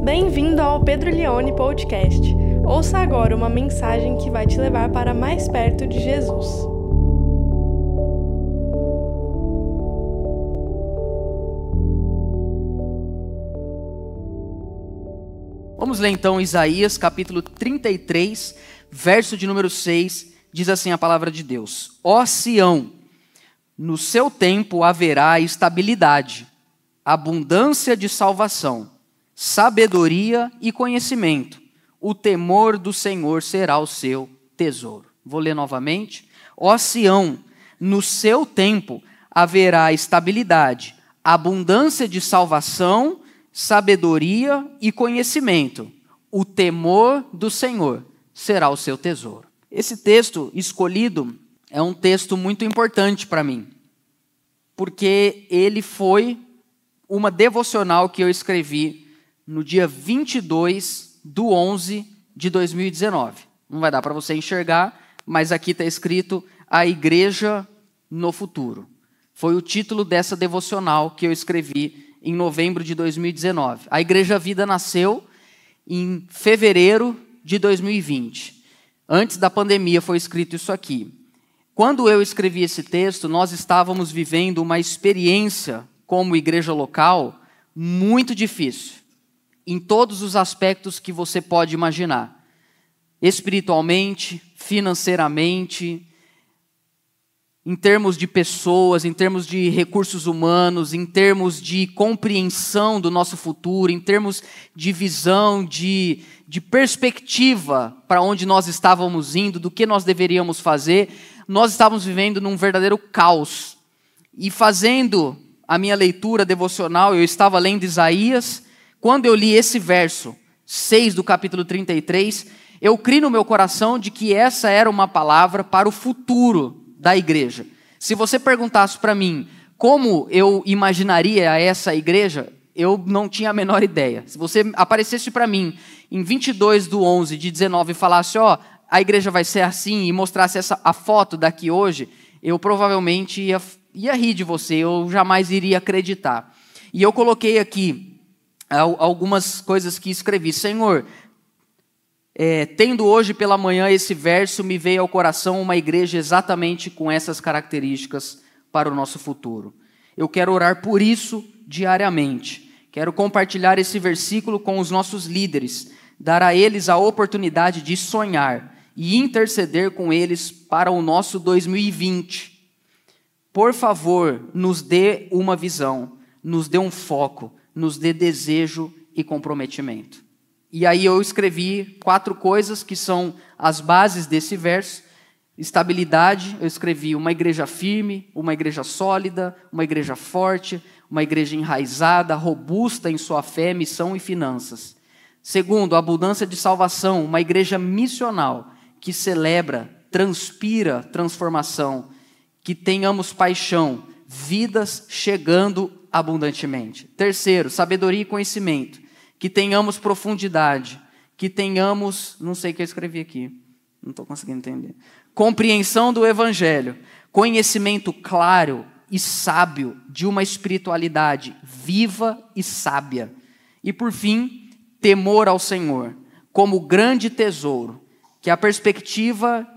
Bem-vindo ao Pedro Leone Podcast. Ouça agora uma mensagem que vai te levar para mais perto de Jesus. Vamos ler então Isaías capítulo 33, verso de número 6, diz assim a palavra de Deus: Ó Sião, no seu tempo haverá estabilidade, abundância de salvação, sabedoria e conhecimento. O temor do Senhor será o seu tesouro. Vou ler novamente. Ó Sião, no seu tempo haverá estabilidade, abundância de salvação, sabedoria e conhecimento. O temor do Senhor será o seu tesouro. Esse texto escolhido é um texto muito importante para mim, porque ele foi uma devocional que eu escrevi no dia 22/11/2019. Não vai dar para você enxergar, mas aqui está escrito A Igreja no Futuro. Foi o título dessa devocional que eu escrevi em novembro de 2019. A Igreja Vida nasceu em fevereiro de 2020. Antes da pandemia foi escrito isso aqui. Quando eu escrevi esse texto, nós estávamos vivendo uma experiência como igreja local muito difícil, em todos os aspectos que você pode imaginar. Espiritualmente, financeiramente, em termos de pessoas, em termos de recursos humanos, em termos de compreensão do nosso futuro, em termos de visão, de perspectiva para onde nós estávamos indo, do que nós deveríamos fazer, nós estávamos vivendo num verdadeiro caos. E fazendo a minha leitura devocional, eu estava lendo Isaías. Quando eu li esse verso 6 do capítulo 33, eu criei no meu coração de que essa era uma palavra para o futuro da igreja. Se você perguntasse para mim como eu imaginaria essa igreja, eu não tinha a menor ideia. Se você aparecesse para mim em 22/11/19 e falasse, a igreja vai ser assim, e mostrasse a foto daqui hoje, eu provavelmente ia rir de você, eu jamais iria acreditar. E eu coloquei aqui algumas coisas que escrevi. Senhor, tendo hoje pela manhã esse verso, me veio ao coração uma igreja exatamente com essas características para o nosso futuro. Eu quero orar por isso diariamente. Quero compartilhar esse versículo com os nossos líderes, dar a eles a oportunidade de sonhar e interceder com eles para o nosso 2020. Por favor, nos dê uma visão, nos dê um foco, nos dê desejo e comprometimento. E aí eu escrevi 4 coisas que são as bases desse verso. Estabilidade, eu escrevi uma igreja firme, uma igreja sólida, uma igreja forte, uma igreja enraizada, robusta em sua fé, missão e finanças. Segundo, abundância de salvação, uma igreja missional que celebra, transpira transformação, que tenhamos paixão, vidas chegando abundantemente. Terceiro, sabedoria e conhecimento, que tenhamos profundidade, que tenhamos, não sei o que eu escrevi aqui, não estou conseguindo entender, compreensão do evangelho, conhecimento claro e sábio de uma espiritualidade viva e sábia. E por fim, temor ao Senhor, como grande tesouro, que a perspectiva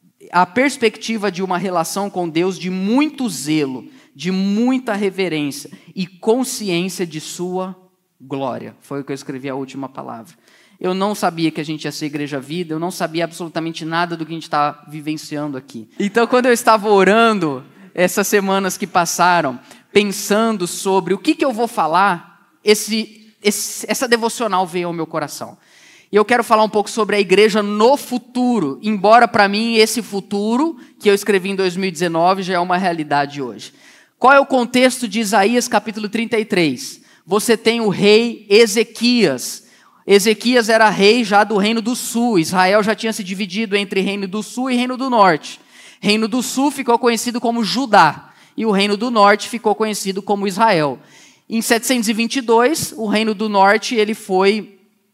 de uma relação com Deus de muito zelo, de muita reverência e consciência de sua glória. Foi o que eu escrevi a última palavra. Eu não sabia que a gente ia ser Igreja Vida, eu não sabia absolutamente nada do que a gente está vivenciando aqui. Então, quando eu estava orando, essas semanas que passaram, pensando sobre o que eu vou falar, essa devocional veio ao meu coração. E eu quero falar um pouco sobre a igreja no futuro, embora para mim esse futuro, que eu escrevi em 2019, já é uma realidade hoje. Qual é o contexto de Isaías capítulo 33? Você tem o rei Ezequias. Ezequias era rei já do Reino do Sul. Israel já tinha se dividido entre Reino do Sul e Reino do Norte. Reino do Sul ficou conhecido como Judá, e o Reino do Norte ficou conhecido como Israel. Em 722, o Reino do Norte ele foi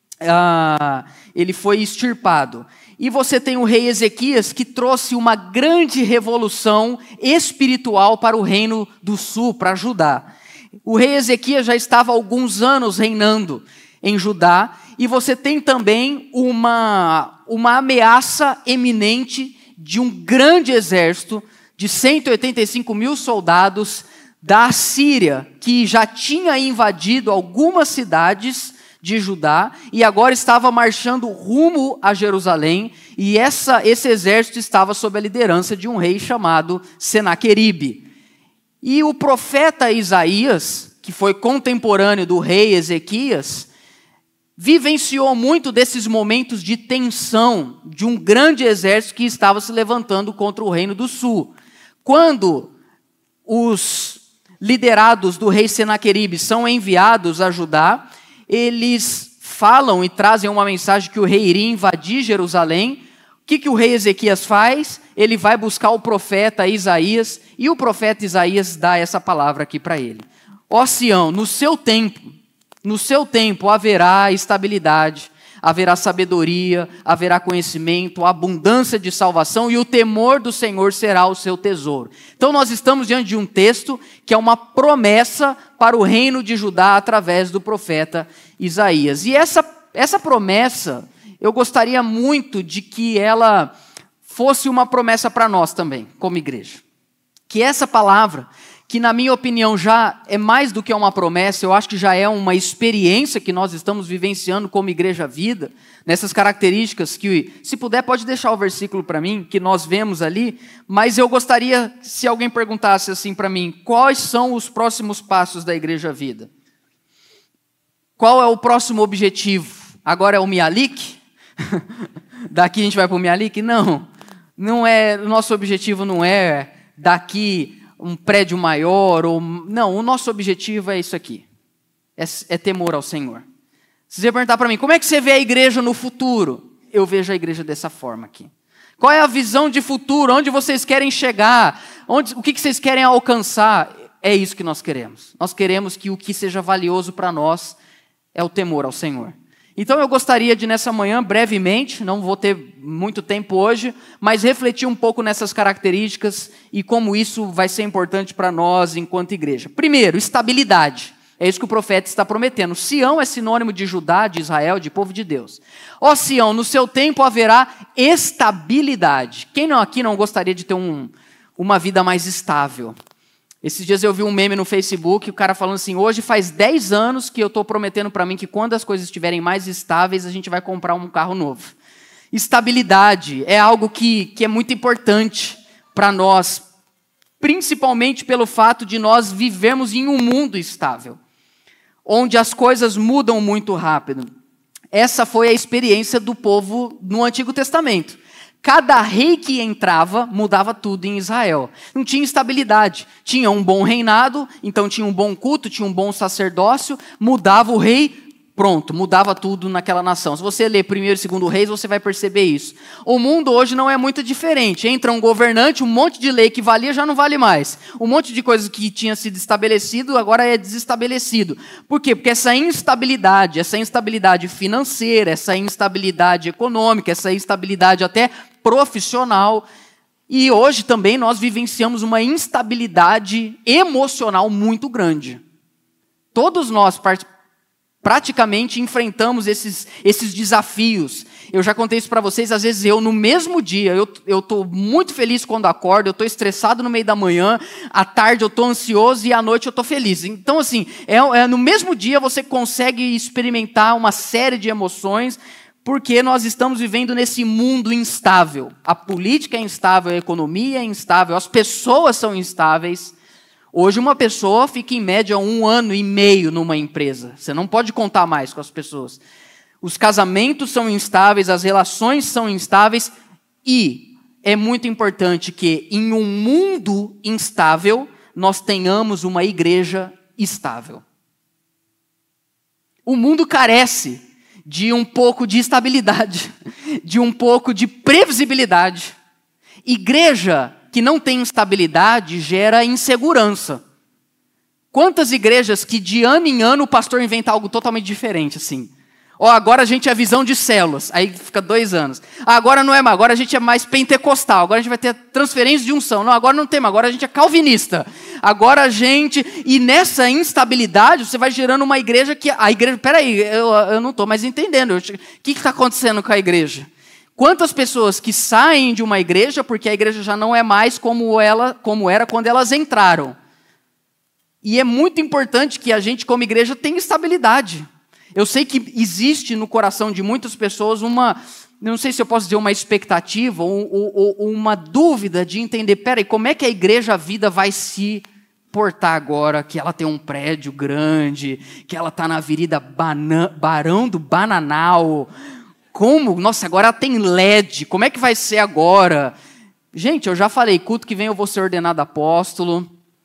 extirpado. E você tem o rei Ezequias, que trouxe uma grande revolução espiritual para o Reino do Sul, para Judá. O rei Ezequias já estava há alguns anos reinando. em Judá, e você tem também uma ameaça eminente de um grande exército de 185 mil soldados da Síria, que já tinha invadido algumas cidades de Judá e agora estava marchando rumo a Jerusalém, e esse exército estava sob a liderança de um rei chamado Senaqueribe. E o profeta Isaías, que foi contemporâneo do rei Ezequias, vivenciou muito desses momentos de tensão de um grande exército que estava se levantando contra o reino do sul. Quando os liderados do rei Senaqueribe são enviados a Judá, eles falam e trazem uma mensagem que o rei iria invadir Jerusalém. O que o rei Ezequias faz? Ele vai buscar o profeta Isaías, e o profeta Isaías dá essa palavra aqui para ele. Ó Sião, no seu tempo haverá estabilidade, haverá sabedoria, haverá conhecimento, abundância de salvação, e o temor do Senhor será o seu tesouro. Então nós estamos diante de um texto que é uma promessa para o reino de Judá através do profeta Isaías. E essa promessa, eu gostaria muito de que ela fosse uma promessa para nós também, como igreja. Que essa palavra, que na minha opinião já é mais do que uma promessa, eu acho que já é uma experiência que nós estamos vivenciando como Igreja Vida, nessas características que, se puder, pode deixar o versículo para mim, que nós vemos ali, mas eu gostaria, se alguém perguntasse assim para mim, quais são os próximos passos da Igreja Vida? Qual é o próximo objetivo? Agora é o Mialik? Daqui a gente vai para o Mialik? Não é, o nosso objetivo não é daqui um prédio maior, não, o nosso objetivo é isso aqui, é temor ao Senhor. Se você perguntar para mim, como é que você vê a igreja no futuro? Eu vejo a igreja dessa forma aqui. Qual é a visão de futuro? Onde vocês querem chegar? O que vocês querem alcançar? É isso que nós queremos. Nós queremos que o que seja valioso para nós é o temor ao Senhor. Então eu gostaria de, nessa manhã, brevemente, não vou ter muito tempo hoje, mas refletir um pouco nessas características e como isso vai ser importante para nós enquanto igreja. Primeiro, estabilidade. É isso que o profeta está prometendo. Sião é sinônimo de Judá, de Israel, de povo de Deus. Ó Sião, no seu tempo haverá estabilidade. Quem aqui não gostaria de ter uma vida mais estável? Esses dias eu vi um meme no Facebook, o cara falando assim, hoje faz 10 anos que eu estou prometendo para mim que quando as coisas estiverem mais estáveis, a gente vai comprar um carro novo. Estabilidade é algo que é muito importante para nós, principalmente pelo fato de nós vivermos em um mundo estável, onde as coisas mudam muito rápido. Essa foi a experiência do povo no Antigo Testamento. Cada rei que entrava, mudava tudo em Israel. Não tinha estabilidade. Tinha um bom reinado, então tinha um bom culto, tinha um bom sacerdócio, mudava o rei, pronto, mudava tudo naquela nação. Se você ler 1º e 2º Reis, você vai perceber isso. O mundo hoje não é muito diferente. Entra um governante, um monte de lei que valia já não vale mais. Um monte de coisas que tinha sido estabelecido, agora é desestabelecido. Por quê? Porque essa instabilidade financeira, essa instabilidade econômica, essa instabilidade até profissional, e hoje também nós vivenciamos uma instabilidade emocional muito grande. Todos nós praticamente enfrentamos esses desafios. Eu já contei isso para vocês, às vezes no mesmo dia, eu estou muito feliz quando acordo, eu estou estressado no meio da manhã, à tarde eu estou ansioso e à noite eu estou feliz. Então assim, no mesmo dia você consegue experimentar uma série de emoções, porque nós estamos vivendo nesse mundo instável. A política é instável, a economia é instável, as pessoas são instáveis. Hoje uma pessoa fica em média 1 ano e meio numa empresa. Você não pode contar mais com as pessoas. Os casamentos são instáveis, as relações são instáveis, e é muito importante que em um mundo instável nós tenhamos uma igreja estável. O mundo carece de um pouco de estabilidade, de um pouco de previsibilidade. Igreja que não tem estabilidade gera insegurança. Quantas igrejas que de ano em ano o pastor inventa algo totalmente diferente, assim. Agora a gente é visão de células, aí fica 2 anos. Agora não é mais, agora a gente é mais pentecostal, agora a gente vai ter transferência de unção. Não, agora não tem mais, agora a gente é calvinista. Agora a gente... E nessa instabilidade, você vai gerando uma igreja que... A igreja... Peraí, eu não estou mais entendendo. O que está acontecendo com a igreja? Quantas pessoas que saem de uma igreja porque a igreja já não é mais como era quando elas entraram? E é muito importante que a gente, como igreja, tenha estabilidade. Eu sei que existe no coração de muitas pessoas não sei se eu posso dizer uma expectativa ou uma dúvida de entender, peraí, como é que a igreja, a vida vai se portar agora, que ela tem um prédio grande, que ela está na Avenida Barão do Bananal. Como? Nossa, agora ela tem LED, como é que vai ser agora? Gente, eu já falei, culto que vem eu vou ser ordenado apóstolo.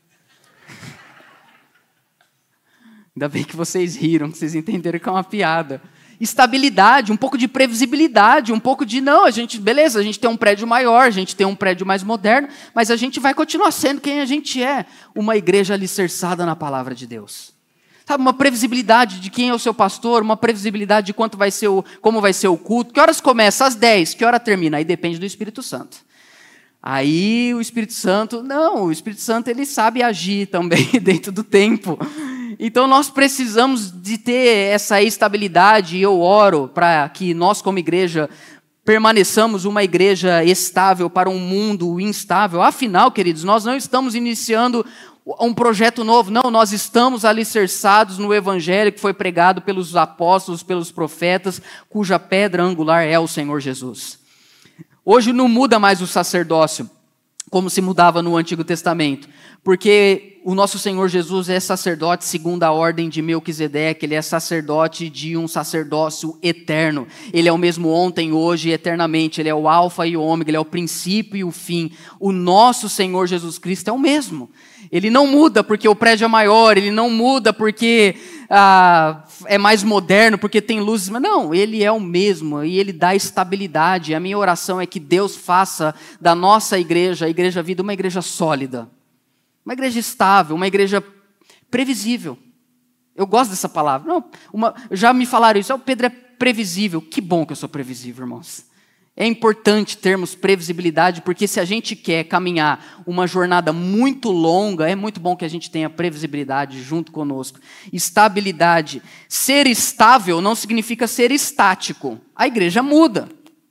Ainda bem que vocês riram, que vocês entenderam que é uma piada. Estabilidade, um pouco de previsibilidade, um pouco de, beleza, a gente tem um prédio maior, a gente tem um prédio mais moderno, mas a gente vai continuar sendo quem a gente é, uma igreja alicerçada na palavra de Deus. Sabe, uma previsibilidade de quem é o seu pastor, uma previsibilidade de como vai ser o culto, que horas começa? Às 10, que hora termina? Aí depende do Espírito Santo. Aí o Espírito Santo ele sabe agir também dentro do tempo. Então nós precisamos de ter essa estabilidade, e eu oro para que nós como igreja permaneçamos uma igreja estável para um mundo instável. Afinal, queridos, nós não estamos iniciando um projeto novo, não, nós estamos alicerçados no evangelho que foi pregado pelos apóstolos, pelos profetas, cuja pedra angular é o Senhor Jesus. Hoje não muda mais o sacerdócio, como se mudava no Antigo Testamento, porque o nosso Senhor Jesus é sacerdote segundo a ordem de Melquisedeque, ele é sacerdote de um sacerdócio eterno. Ele é o mesmo ontem, hoje e eternamente, ele é o alfa e o ômega, ele é o princípio e o fim. O nosso Senhor Jesus Cristo é o mesmo. Ele não muda porque o prédio é maior, ele não muda porque é mais moderno, porque tem luzes, mas não, ele é o mesmo e ele dá estabilidade. A minha oração é que Deus faça da nossa igreja, a Igreja Vida, uma igreja sólida, uma igreja estável, uma igreja previsível. Eu gosto dessa palavra. Não, já me falaram isso, o Pedro é previsível. Que bom que eu sou previsível, irmãos. É importante termos previsibilidade, porque se a gente quer caminhar uma jornada muito longa, é muito bom que a gente tenha previsibilidade junto conosco. Estabilidade. Ser estável não significa ser estático. A igreja muda.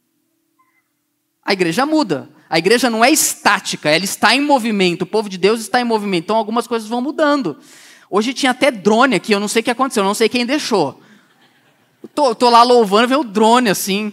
A igreja muda. A igreja não é estática, ela está em movimento. O povo de Deus está em movimento, então algumas coisas vão mudando. Hoje tinha até drone aqui, eu não sei o que aconteceu, eu não sei quem deixou. Tô lá louvando, veio o drone assim.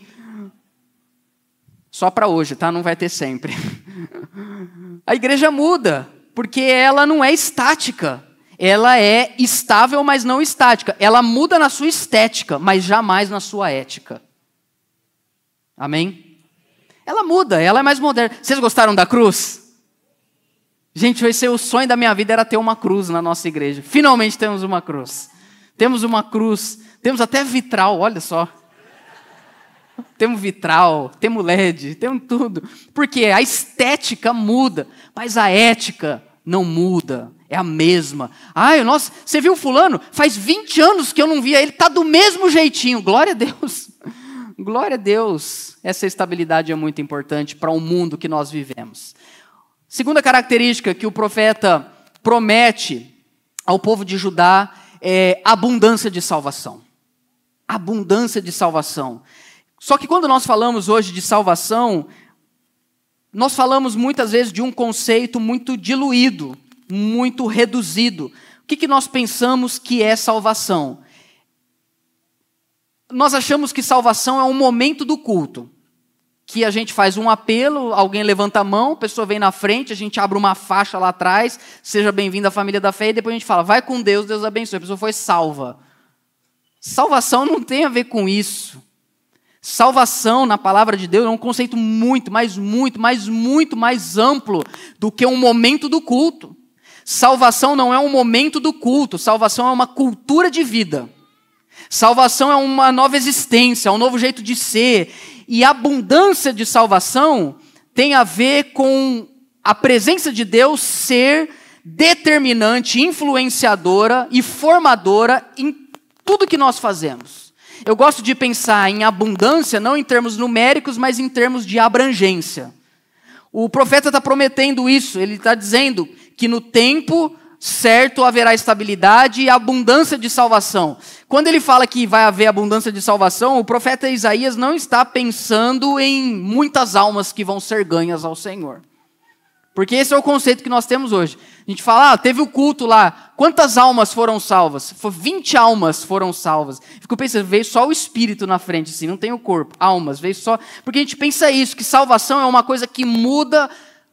Só para hoje, tá? Não vai ter sempre. A igreja muda, porque ela não é estática. Ela é estável, mas não estática. Ela muda na sua estética, mas jamais na sua ética. Amém? Ela muda, ela é mais moderna. Vocês gostaram da cruz? Gente, vai ser o sonho da minha vida era ter uma cruz na nossa igreja. Finalmente temos uma cruz. Temos uma cruz, temos até vitral, olha só. Temos vitral, temos LED, temos tudo. Porque a estética muda, mas a ética não muda, é a mesma. Nossa, você viu fulano? Faz 20 anos que eu não via ele, está do mesmo jeitinho. Glória a Deus. Glória a Deus. Essa estabilidade é muito importante para o mundo que nós vivemos. Segunda característica que o profeta promete ao povo de Judá é abundância de salvação. Abundância de salvação. Só que quando nós falamos hoje de salvação, nós falamos muitas vezes de um conceito muito diluído, muito reduzido. O que nós pensamos que é salvação? Nós achamos que salvação é um momento do culto, que a gente faz um apelo, alguém levanta a mão, a pessoa vem na frente, a gente abre uma faixa lá atrás, seja bem-vindo à família da fé, e depois a gente fala, vai com Deus, Deus abençoe, a pessoa foi salva. Salvação não tem a ver com isso. Salvação, na palavra de Deus, é um conceito muito mais amplo do que um momento do culto. Salvação não é um momento do culto, salvação é uma cultura de vida. Salvação é uma nova existência, é um novo jeito de ser. E a abundância de salvação tem a ver com a presença de Deus ser determinante, influenciadora e formadora em tudo que nós fazemos. Eu gosto de pensar em abundância não em termos numéricos, mas em termos de abrangência. O profeta está prometendo isso, ele está dizendo que no tempo certo haverá estabilidade e abundância de salvação. Quando ele fala que vai haver abundância de salvação, o profeta Isaías não está pensando em muitas almas que vão ser ganhas ao Senhor. Porque esse é o conceito que nós temos hoje. A gente fala, teve o culto lá, quantas almas foram salvas? 20 almas foram salvas. Fico pensando, veio só o espírito na frente, assim, não tem o corpo, almas, veio só... Porque a gente pensa isso, que salvação é uma coisa que muda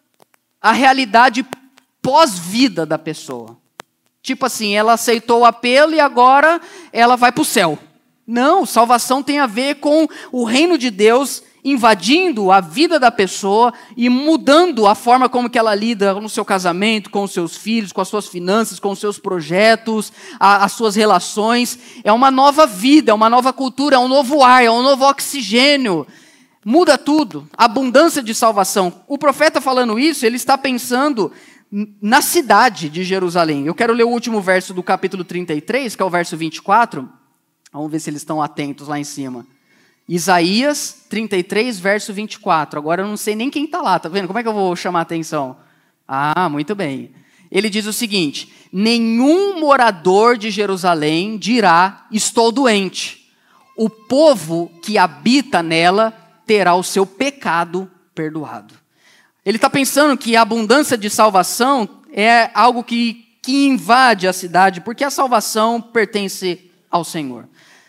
a realidade pós-vida da pessoa. Tipo assim, ela aceitou o apelo e agora ela vai para o céu. Não, salvação tem a ver com o reino de Deus invadindo a vida da pessoa e mudando a forma como que ela lida no seu casamento, com os seus filhos, com as suas finanças, com os seus projetos, as suas relações. É uma nova vida, é uma nova cultura, é um novo ar, é um novo oxigênio. Muda tudo, abundância de salvação. O profeta falando isso, ele está pensando na cidade de Jerusalém. Eu quero ler o último verso do capítulo 33, que é o verso 24. Vamos ver se eles estão atentos lá em cima. Isaías 33, verso 24. Agora eu não sei nem quem está lá, tá vendo? Como é que eu vou chamar a atenção? Ah, muito bem. Ele diz o seguinte: nenhum morador de Jerusalém dirá, estou doente. O povo que habita nela terá o seu pecado perdoado. Ele está pensando que a abundância de salvação é algo que invade a cidade, porque a salvação pertence ao Senhor.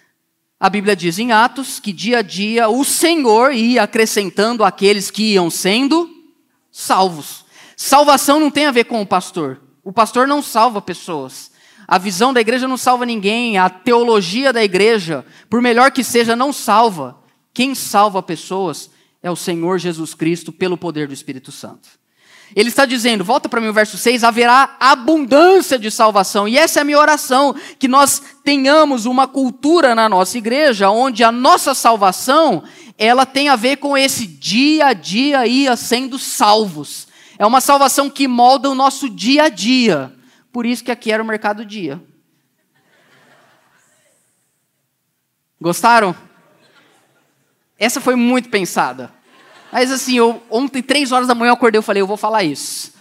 A Bíblia diz em Atos que dia a dia o Senhor ia acrescentando aqueles que iam sendo salvos. Salvação não tem a ver com o pastor. O pastor não salva pessoas. A visão da igreja não salva ninguém. A teologia da igreja, por melhor que seja, não salva. Quem salva pessoas é o Senhor Jesus Cristo pelo poder do Espírito Santo. Ele está dizendo, volta para mim o verso 6, haverá abundância de salvação. E essa é a minha oração, que nós tenhamos uma cultura na nossa igreja, onde a nossa salvação, ela tem a ver com esse dia a dia ia sendo salvos. É uma salvação que molda o nosso dia a dia. Por isso que aqui era o Mercado Dia. Gostaram? Essa foi muito pensada. Mas assim, ontem, 3 horas da manhã, eu acordei e falei, eu vou falar isso.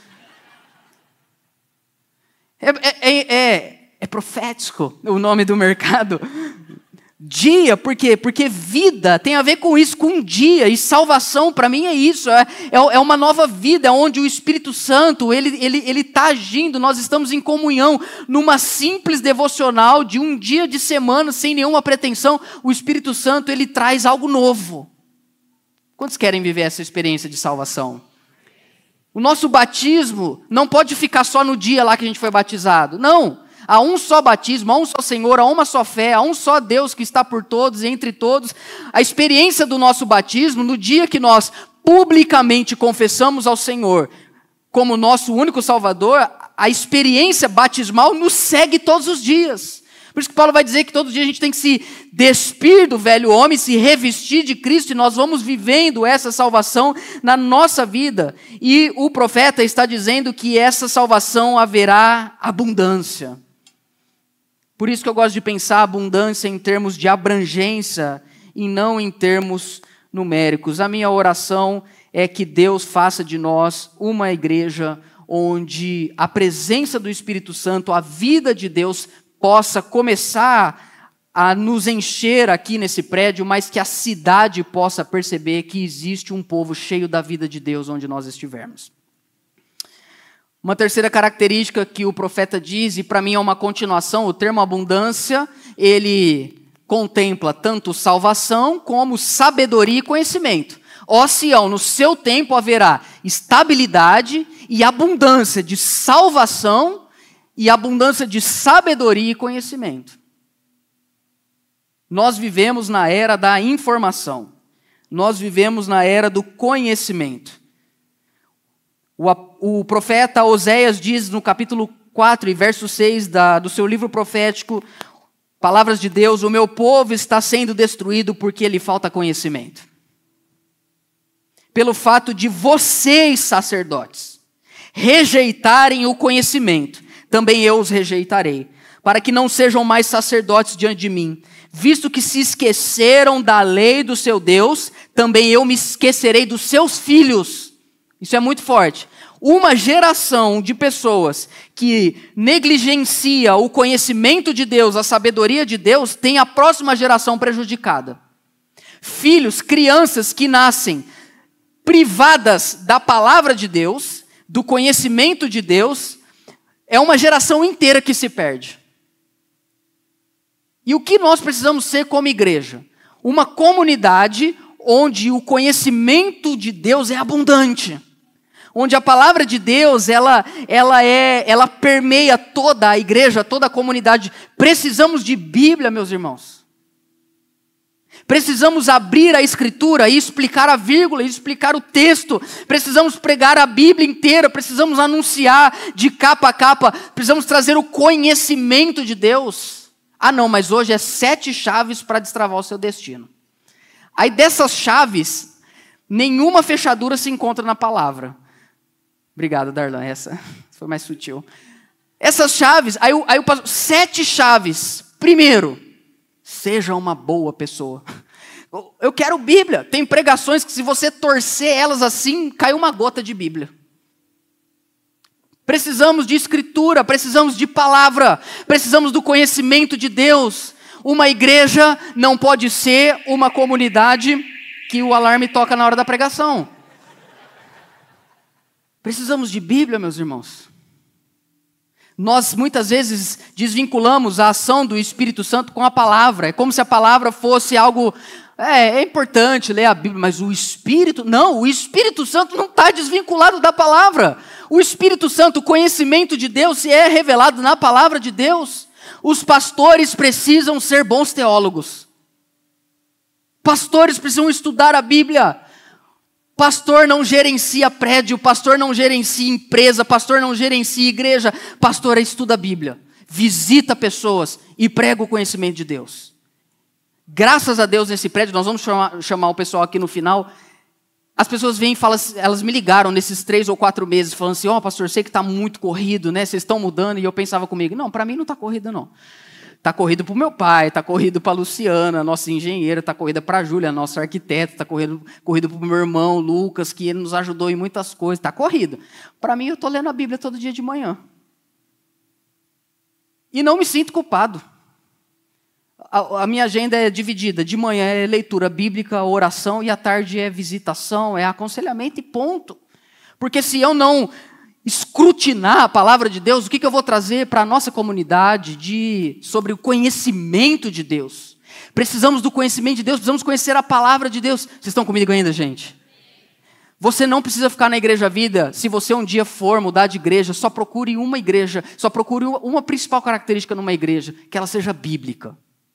É profético o nome do mercado. Dia, por quê? Porque vida tem a ver com isso, com um dia. E salvação, para mim, é isso. É uma nova vida, onde o Espírito Santo, ele está agindo. Nós estamos em comunhão, numa simples devocional de um dia de semana, sem nenhuma pretensão. O Espírito Santo, ele traz algo novo. Quantos querem viver essa experiência de salvação? O nosso batismo não pode ficar só no dia lá que a gente foi batizado. Não. Há um só batismo, há um só Senhor, há uma só fé, há um só Deus que está por todos e entre todos. A experiência do nosso batismo, no dia que nós publicamente confessamos ao Senhor como nosso único Salvador, a experiência batismal nos segue todos os dias. Por isso que Paulo vai dizer que todo dia a gente tem que se despir do velho homem, se revestir de Cristo, e nós vamos vivendo essa salvação na nossa vida. E o profeta está dizendo que essa salvação haverá abundância. Por isso que eu gosto de pensar abundância em termos de abrangência e não em termos numéricos. A minha oração é que Deus faça de nós uma igreja onde a presença do Espírito Santo, a vida de Deus, possa começar a nos encher aqui nesse prédio, mas que a cidade possa perceber que existe um povo cheio da vida de Deus onde nós estivermos. Uma terceira característica que o profeta diz, e para mim é uma continuação, o termo abundância, ele contempla tanto salvação como sabedoria e conhecimento. Ó Sião, no seu tempo haverá estabilidade e abundância de salvação e abundância de sabedoria e conhecimento. Nós vivemos na era da informação. Nós vivemos na era do conhecimento. O profeta Oséias diz no capítulo 4 e verso 6 do seu livro profético, palavras de Deus, o meu povo está sendo destruído porque lhe falta conhecimento. Pelo fato de vocês, sacerdotes, rejeitarem o conhecimento, também eu os rejeitarei. para que não sejam mais sacerdotes diante de mim. Visto que se esqueceram da lei do seu Deus, também eu me esquecerei dos seus filhos. Isso é muito forte. Uma geração de pessoas que negligencia o conhecimento de Deus, a sabedoria de Deus, tem a próxima geração prejudicada. Filhos, crianças que nascem privadas da palavra de Deus, do conhecimento de Deus, é uma geração inteira que se perde. E o que nós precisamos ser como igreja? Uma comunidade onde o conhecimento de Deus é abundante. Onde a palavra de Deus, ela permeia toda a igreja, toda a comunidade. Precisamos de Bíblia, meus irmãos. Precisamos abrir a Escritura e explicar a vírgula, e explicar o texto. Precisamos pregar a Bíblia inteira, precisamos anunciar de capa a capa. Precisamos trazer o conhecimento de Deus. Ah não, mas hoje é 7 chaves para destravar o seu destino. Aí dessas chaves, nenhuma fechadura se encontra na palavra. Obrigado, Darlan, essa foi mais sutil. Essas chaves, aí eu passo 7 chaves. Primeiro, seja uma boa pessoa. Eu quero Bíblia. Tem pregações que se você torcer elas assim, cai uma gota de Bíblia. Precisamos de Escritura, precisamos de palavra, precisamos do conhecimento de Deus. Uma igreja não pode ser uma comunidade que o alarme toca na hora da pregação. Precisamos de Bíblia, meus irmãos. Nós muitas vezes desvinculamos a ação do Espírito Santo com a palavra. É como se a palavra fosse algo... É importante ler a Bíblia, mas o Espírito Santo não está desvinculado da palavra. O Espírito Santo, o conhecimento de Deus, se é revelado na palavra de Deus. Os pastores precisam ser bons teólogos. Pastores precisam estudar a Bíblia. Pastor não gerencia prédio, pastor não gerencia empresa, pastor não gerencia igreja. Pastor estuda a Bíblia, visita pessoas e prega o conhecimento de Deus. Graças a Deus nesse prédio, nós vamos chamar o pessoal aqui no final. As pessoas vêm e falam, elas me ligaram nesses 3 ou 4 meses, falando assim, pastor, sei que está muito corrido, né? Vocês estão mudando, e eu pensava comigo, não, para mim não está corrido não. Está corrido para o meu pai, está corrido para a Luciana, nossa engenheira, está corrida para a Júlia, nossa arquiteta, está corrido para o meu irmão Lucas, que ele nos ajudou em muitas coisas, está corrido. Para mim, eu estou lendo a Bíblia todo dia de manhã. E não me sinto culpado. A minha agenda é dividida, de manhã é leitura bíblica, oração, e à tarde é visitação, é aconselhamento e ponto. Porque se eu não escrutinar a palavra de Deus, o que eu vou trazer para a nossa comunidade sobre o conhecimento de Deus? Precisamos do conhecimento de Deus, precisamos conhecer a palavra de Deus. Vocês estão comigo ainda, gente? Você não precisa ficar na Igreja Vida. Se você um dia for mudar de igreja, só procure uma igreja, só procure uma principal característica numa igreja, que ela seja bíblica.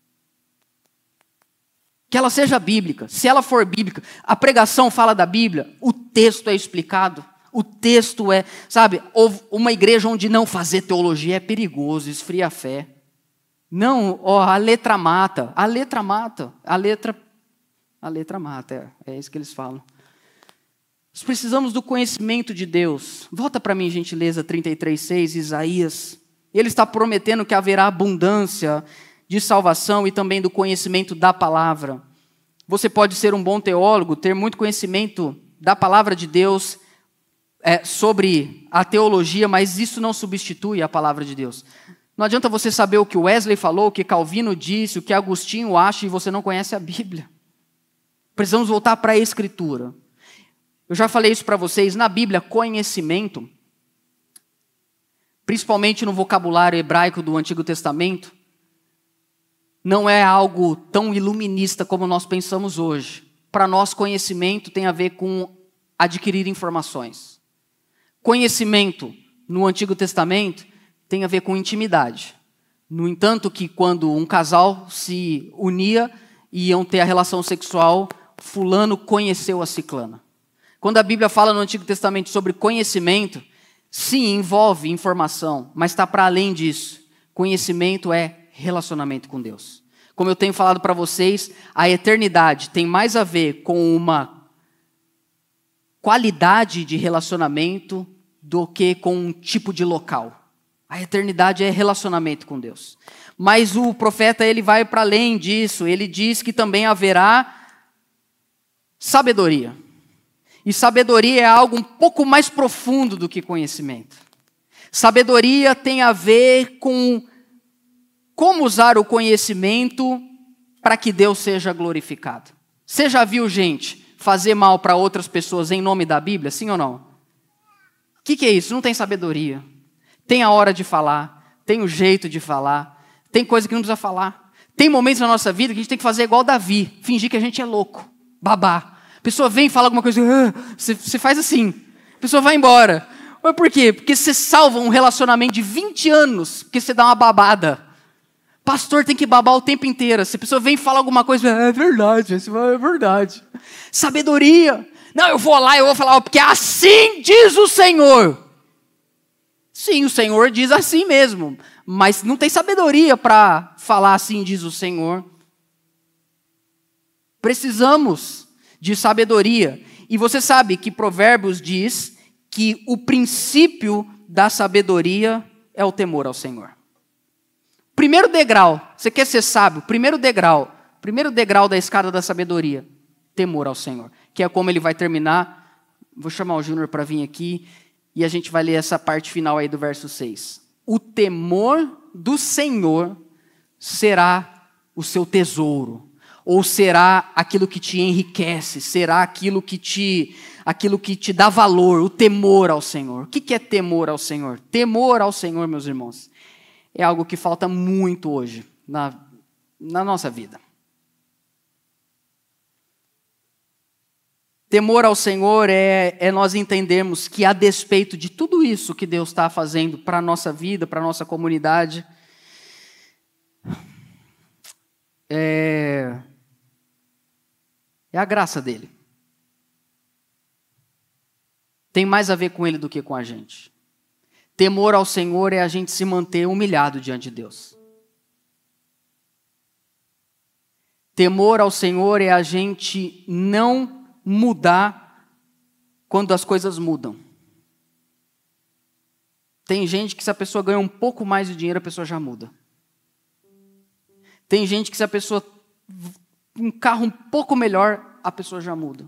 Que ela seja bíblica. Se ela for bíblica, a pregação fala da Bíblia, o texto é explicado. O texto é, uma igreja onde não fazer teologia é perigoso, esfria a fé. Não, a letra mata, a letra mata, a letra mata, é isso que eles falam. Nós precisamos do conhecimento de Deus. Volta para mim, gentileza, 33:6, Isaías. Ele está prometendo que haverá abundância de salvação e também do conhecimento da palavra. Você pode ser um bom teólogo, ter muito conhecimento da palavra de Deus, sobre a teologia, mas isso não substitui a palavra de Deus. Não adianta você saber o que Wesley falou, o que Calvino disse, o que Agostinho acha, e você não conhece a Bíblia. Precisamos voltar para a Escritura. Eu já falei isso para vocês, na Bíblia, conhecimento, principalmente no vocabulário hebraico do Antigo Testamento, não é algo tão iluminista como nós pensamos hoje. Para nós, conhecimento tem a ver com adquirir informações. Conhecimento no Antigo Testamento tem a ver com intimidade. No entanto, que quando um casal se unia e iam ter a relação sexual, fulano conheceu a ciclana. Quando a Bíblia fala no Antigo Testamento sobre conhecimento, sim, envolve informação, mas está para além disso. Conhecimento é relacionamento com Deus. Como eu tenho falado para vocês, a eternidade tem mais a ver com uma qualidade de relacionamento do que com um tipo de local. A eternidade é relacionamento com Deus. Mas o profeta, ele vai para além disso. Ele diz que também haverá sabedoria. E sabedoria é algo um pouco mais profundo do que conhecimento. Sabedoria tem a ver com como usar o conhecimento para que Deus seja glorificado. Você já viu gente fazer mal para outras pessoas em nome da Bíblia, sim ou não? O que é isso? Não tem sabedoria. Tem a hora de falar, tem o jeito de falar, tem coisa que não precisa falar. Tem momentos na nossa vida que a gente tem que fazer igual Davi, fingir que a gente é louco, babá. A pessoa vem e fala alguma coisa, você faz assim, a pessoa vai embora. Mas por quê? Porque você salva um relacionamento de 20 anos, porque você dá uma babada. Pastor tem que babar o tempo inteiro. Se a pessoa vem e fala alguma coisa, é verdade, é verdade. Sabedoria. Não, eu vou lá, eu vou falar, porque assim diz o Senhor. Sim, o Senhor diz assim mesmo, mas não tem sabedoria para falar assim diz o Senhor. Precisamos de sabedoria. E você sabe que Provérbios diz que o princípio da sabedoria é o temor ao Senhor. Primeiro degrau, você quer ser sábio? Primeiro degrau da escada da sabedoria, temor ao Senhor. Que é como ele vai terminar. Vou chamar o Júnior para vir aqui e a gente vai ler essa parte final aí do verso 6. O temor do Senhor será o seu tesouro, ou será aquilo que te enriquece, será aquilo que te dá valor, o temor ao Senhor. O que é temor ao Senhor? Temor ao Senhor, meus irmãos, é algo que falta muito hoje na nossa vida. Temor ao Senhor é nós entendermos que, a despeito de tudo isso que Deus está fazendo para a nossa vida, para a nossa comunidade, é a graça dele. Tem mais a ver com ele do que com a gente. Temor ao Senhor é a gente se manter humilhado diante de Deus. Temor ao Senhor é a gente não mudar quando as coisas mudam. Tem gente que se a pessoa ganha um pouco mais de dinheiro, a pessoa já muda. Tem gente que se a pessoa um carro um pouco melhor, a pessoa já muda.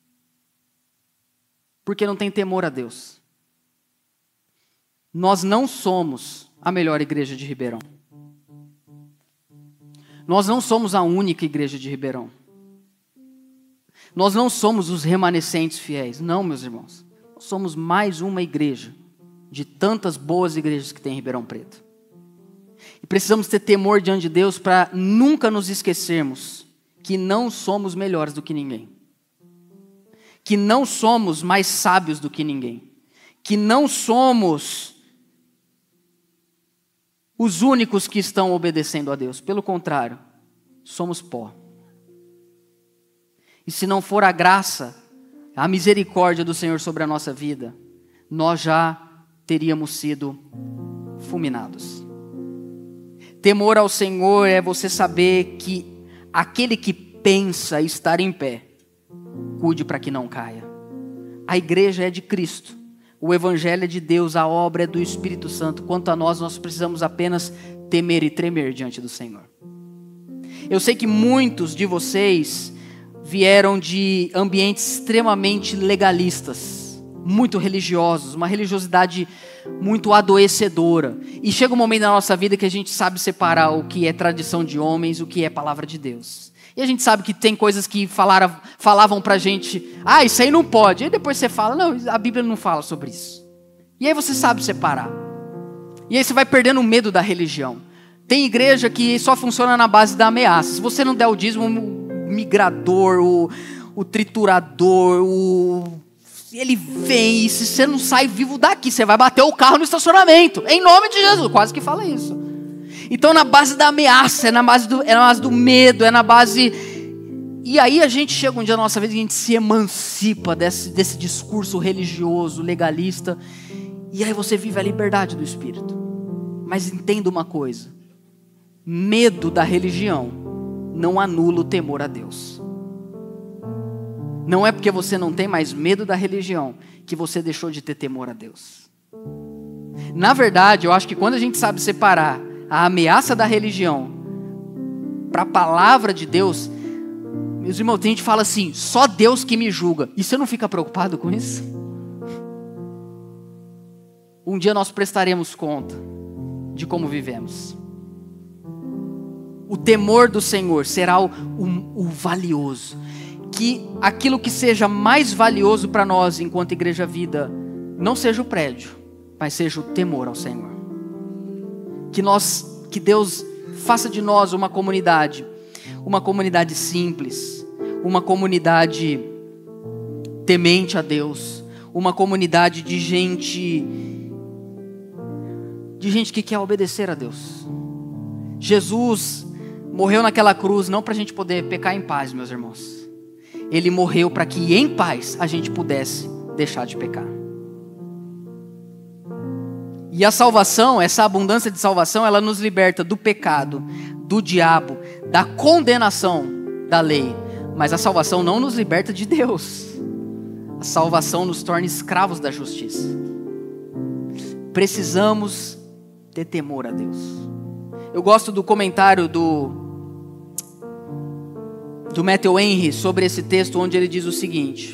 Porque não tem temor a Deus. Nós não somos a melhor igreja de Ribeirão. Nós não somos a única igreja de Ribeirão. Nós não somos os remanescentes fiéis. Não, meus irmãos. Nós somos mais uma igreja de tantas boas igrejas que tem em Ribeirão Preto. E precisamos ter temor diante de Deus para nunca nos esquecermos que não somos melhores do que ninguém. Que não somos mais sábios do que ninguém. Que não somos os únicos que estão obedecendo a Deus. Pelo contrário, somos pó. E se não for a graça, a misericórdia do Senhor sobre a nossa vida, nós já teríamos sido fulminados. Temor ao Senhor é você saber que aquele que pensa estar em pé, cuide para que não caia. A igreja é de Cristo. O Evangelho é de Deus, a obra é do Espírito Santo. Quanto a nós precisamos apenas temer e tremer diante do Senhor. Eu sei que muitos de vocês vieram de ambientes extremamente legalistas, muito religiosos, uma religiosidade muito adoecedora. E chega um momento na nossa vida que a gente sabe separar o que é tradição de homens e o que é palavra de Deus. E a gente sabe que tem coisas que falavam pra gente, isso aí não pode. E depois você fala, não, a Bíblia não fala sobre isso. E aí você sabe separar. E aí você vai perdendo o medo da religião. Tem igreja que só funciona na base da ameaça. Se você não der o dízimo, o migrador, o triturador, ele vem, e se você não sai vivo daqui, você vai bater o carro no estacionamento. Em nome de Jesus, quase que fala isso. Então, na base da ameaça, é na base do medo, é na base... E aí a gente chega um dia na nossa vida e a gente se emancipa desse discurso religioso, legalista. E aí você vive a liberdade do Espírito. Mas entenda uma coisa. Medo da religião não anula o temor a Deus. Não é porque você não tem mais medo da religião que você deixou de ter temor a Deus. Na verdade, eu acho que quando a gente sabe separar a ameaça da religião para a palavra de Deus, meus irmãos, tem gente que fala assim, só Deus que me julga. E você não fica preocupado com isso? Um dia nós prestaremos conta de como vivemos. O temor do Senhor será o valioso. Que aquilo que seja mais valioso para nós enquanto Igreja Vida, não seja o prédio, mas seja o temor ao Senhor. Que Deus faça de nós uma comunidade simples, uma comunidade temente a Deus, uma comunidade de gente que quer obedecer a Deus. Jesus morreu naquela cruz não para a gente poder pecar em paz, meus irmãos. Ele morreu para que em paz a gente pudesse deixar de pecar. E a salvação, essa abundância de salvação, ela nos liberta do pecado, do diabo, da condenação da lei. Mas a salvação não nos liberta de Deus. A salvação nos torna escravos da justiça. Precisamos ter temor a Deus. Eu gosto do comentário do Matthew Henry sobre esse texto, onde ele diz o seguinte: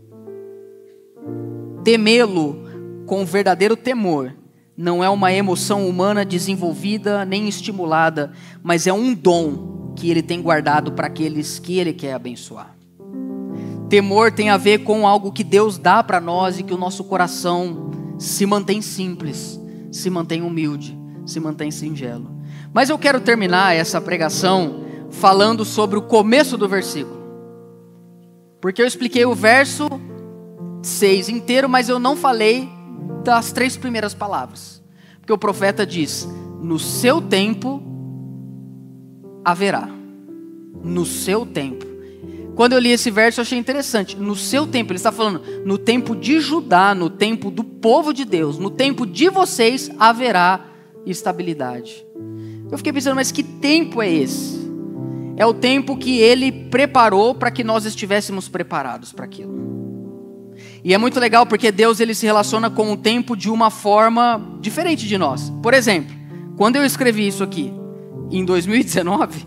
temê-lo com verdadeiro temor não é uma emoção humana desenvolvida nem estimulada, mas é um dom que ele tem guardado para aqueles que ele quer abençoar. Temor tem a ver com algo que Deus dá para nós e que o nosso coração se mantém simples, se mantém humilde, se mantém singelo. Mas eu quero terminar essa pregação falando sobre o começo do versículo. Porque eu expliquei o verso 6 inteiro, mas eu não falei das 3 primeiras palavras. Porque o profeta diz, no seu tempo haverá. No seu tempo. Quando eu li esse verso eu achei interessante. No seu tempo, ele está falando no tempo de Judá, no tempo do povo de Deus, no tempo de vocês haverá estabilidade. Eu fiquei pensando, mas que tempo é esse? É o tempo que ele preparou para que nós estivéssemos preparados para aquilo. E é muito legal porque Deus ele se relaciona com o tempo de uma forma diferente de nós. Por exemplo, quando eu escrevi isso aqui em 2019,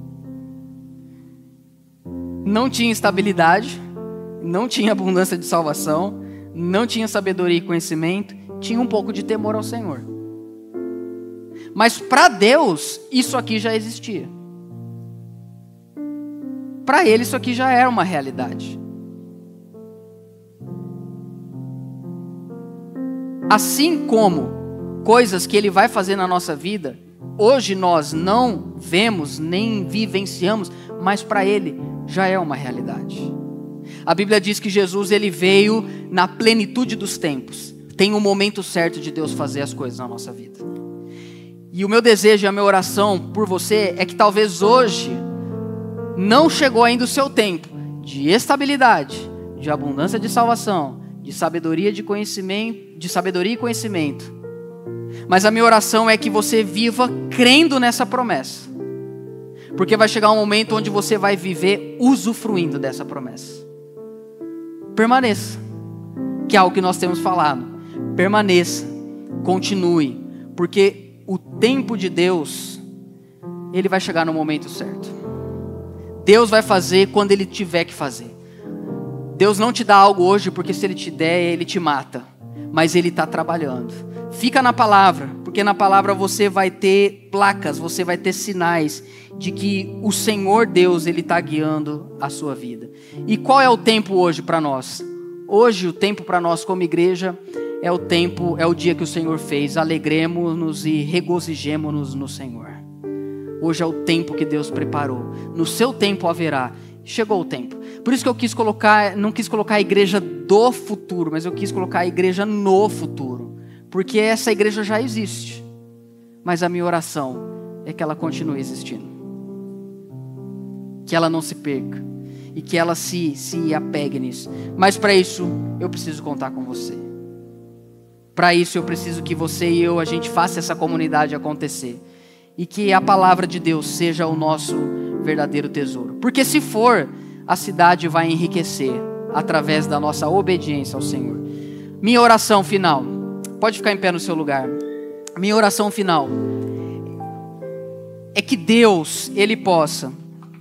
não tinha estabilidade, não tinha abundância de salvação, não tinha sabedoria e conhecimento, tinha um pouco de temor ao Senhor. Mas para Deus, isso aqui já existia. Para Ele, isso aqui já era uma realidade. Assim como coisas que Ele vai fazer na nossa vida, hoje nós não vemos nem vivenciamos, mas para Ele já é uma realidade. A Bíblia diz que Jesus ele veio na plenitude dos tempos. Tem um momento certo de Deus fazer as coisas na nossa vida. E o meu desejo e a minha oração por você é que talvez hoje não chegou ainda o seu tempo de estabilidade, de abundância de salvação, de sabedoria e conhecimento. Mas a minha oração é que você viva crendo nessa promessa. Porque vai chegar um momento onde você vai viver usufruindo dessa promessa. Permaneça, que é algo que nós temos falado. Permaneça, continue, porque o tempo de Deus, ele vai chegar no momento certo. Deus vai fazer quando Ele tiver que fazer. Deus não te dá algo hoje, porque se Ele te der, Ele te mata. Mas Ele está trabalhando. Fica na palavra, porque na palavra você vai ter placas, você vai ter sinais de que o Senhor Deus, Ele está guiando a sua vida. E qual é o tempo hoje para nós? Hoje o tempo para nós como igreja é o dia que o Senhor fez. Alegremos-nos e regozijemo-nos no Senhor. Hoje é o tempo que Deus preparou. No seu tempo haverá. Chegou o tempo. Por isso que eu não quis colocar a igreja do futuro, mas eu quis colocar a igreja no futuro. Porque essa igreja já existe. Mas a minha oração é que ela continue existindo. Que ela não se perca. E que ela se apegue nisso. Mas para isso, eu preciso contar com você. Para isso, eu preciso que você e eu, a gente faça essa comunidade acontecer. E que a palavra de Deus seja o nosso verdadeiro tesouro. Porque se for, a cidade vai enriquecer através da nossa obediência ao Senhor. Minha oração final Pode ficar em pé no seu lugar. Minha oração final é que Deus, Ele possa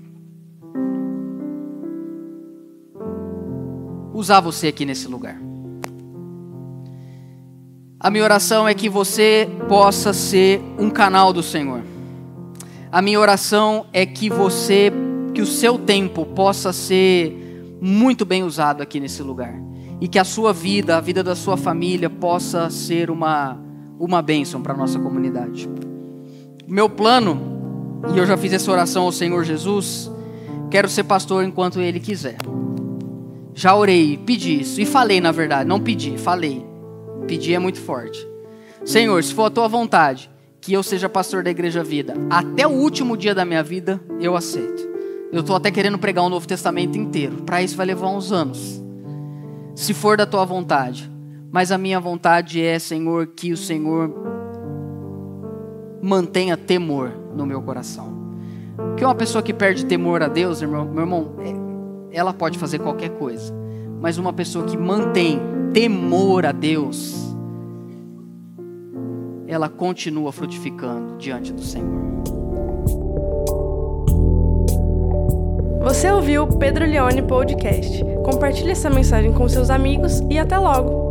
usar você aqui nesse lugar. A minha oração é que você possa ser um canal do Senhor. A minha oração é que o seu tempo possa ser muito bem usado aqui nesse lugar. E que a sua vida, a vida da sua família possa ser uma bênção para a nossa comunidade. O meu plano, e eu já fiz essa oração ao Senhor Jesus, quero ser pastor enquanto Ele quiser. Já orei, pedi isso, e falei na verdade, não pedi, falei. Pedir é muito forte. Senhor, se for a tua vontade que eu seja pastor da Igreja Vida até o último dia da minha vida, eu aceito. Eu estou até querendo pregar o Novo Testamento inteiro. Para isso vai levar uns anos. Se for da tua vontade. Mas a minha vontade é, Senhor, que o Senhor mantenha temor no meu coração. Porque uma pessoa que perde temor a Deus, meu irmão, ela pode fazer qualquer coisa. Mas uma pessoa que mantém temor a Deus, ela continua frutificando diante do Senhor. Você ouviu o Pedro Leone Podcast. Compartilhe essa mensagem com seus amigos e até logo!